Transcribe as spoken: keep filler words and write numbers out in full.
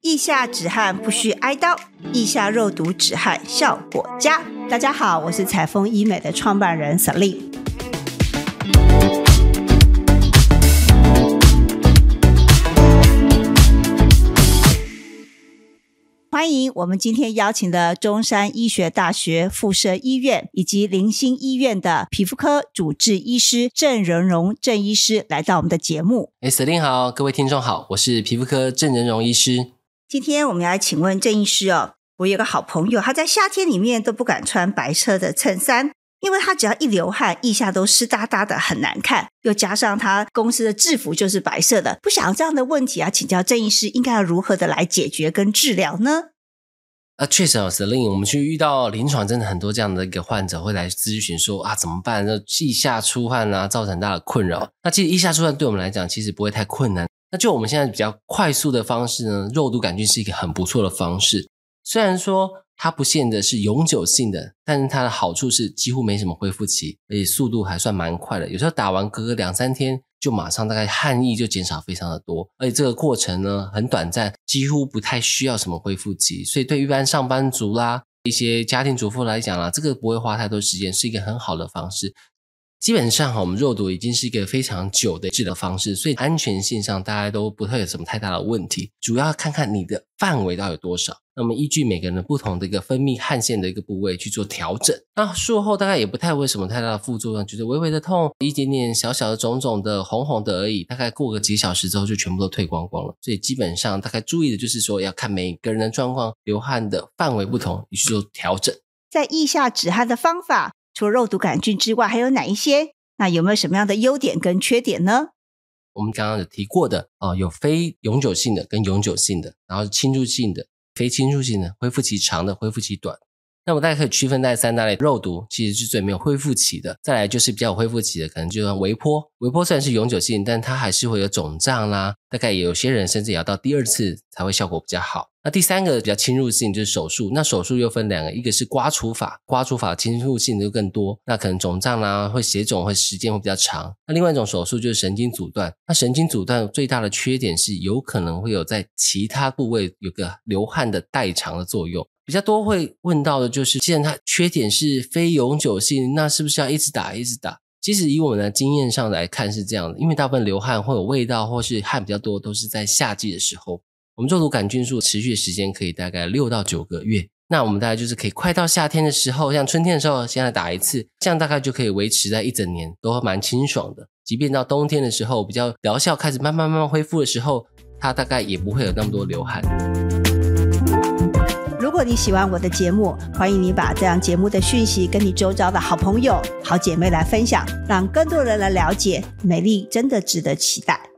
腋下止汗不需挨刀，腋下肉毒止汗效果佳。大家好，我是采风医美的创办人 Celine。欢迎我们今天邀请的中山医学大学附设医院以及林新医院的皮肤科主治医师郑仁荣郑医师来到我们的节目。 哎 ，Celine 好，各位听众好，我是皮肤科郑仁荣医师。 今天我们要来请问郑医师哦，我有个好朋友，他在夏天里面都不敢穿白色的衬衫，因为他只要一流汗，腋下都湿哒哒的，很难看。又加上他公司的制服就是白色的，不想这样的问题啊，请教郑医师应该要如何的来解决跟治疗呢？ 啊，确实哦 ，Celine， 我们去遇到临床真的很多这样的一个患者会来咨询说啊，怎么办？腋下出汗啊，造成很大的困扰。那其实腋下出汗对我们来讲其实不会太困难。那就我们现在比较快速的方式呢，肉毒杆菌是一个很不错的方式。虽然说它不见得是永久性的，但是它的好处是几乎没什么恢复期，而且速度还算蛮快的。有时候打完隔个两三天，就马上大概汗液就减少非常的多，而且这个过程呢很短暂，几乎不太需要什么恢复期，所以对一般上班族啦、一些家庭主妇来讲啦，这个不会花太多时间，是一个很好的方式。基本上我们肉毒已经是一个非常久的治疗方式，所以安全性上大家都不会有什么太大的问题，主要看看你的范围到底有多少，那么依据每个人的不同的一个分泌汗腺的一个部位去做调整。那术后大概也不太会有什么太大的副作用，就是微微的痛，一点点小小的肿肿的红红的而已，大概过个几小时之后就全部都退光光了。所以基本上大概注意的就是说要看每个人的状况，流汗的范围不同，你去做调整。 在腋下止汗的方法除了肉毒杆菌之外还有哪一些？那有没有什么样的优点跟缺点呢？ 我们刚刚有提过的、呃、有非永久性的跟永久性的，然后侵入性的、非侵入性的，恢复期长的、恢复期短。那我大概可以区分在三大类，肉毒其实是最没有恢复期的，再来就是比较有恢复期的，可能就像微波。微波虽然是永久性，但它还是会有肿胀啦，大概有些人甚至也要到第二次才会效果比较好。那第三个比较侵入性就是手术，那手术又分两个，一个是刮除法，刮除法侵入性就更多，那可能肿胀啦，会血肿，会时间会比较长。那另外一种手术就是神经阻断，那神经阻断最大的缺点是有可能会有在其他部位有个流汗的代偿的作用。比较多会问到的就是，既然它缺点是非永久性，那是不是要一直打一直打？其实以我们的经验上来看是这样的，因为大部分流汗会有味道或是汗比较多都是在夏季的时候，我们肉毒杆菌素持续的时间可以大概六到九个月，那我们大概就是可以快到夏天的时候，像春天的时候先来打一次，这样大概就可以维持在一整年都蛮清爽的。即便到冬天的时候比较疗效开始慢慢慢慢恢复的时候，它大概也不会有那么多流汗。 如果你喜欢我的节目，欢迎你把这样节目的讯息跟你周遭的好朋友好姐妹来分享，让更多人来了解美丽真的值得期待。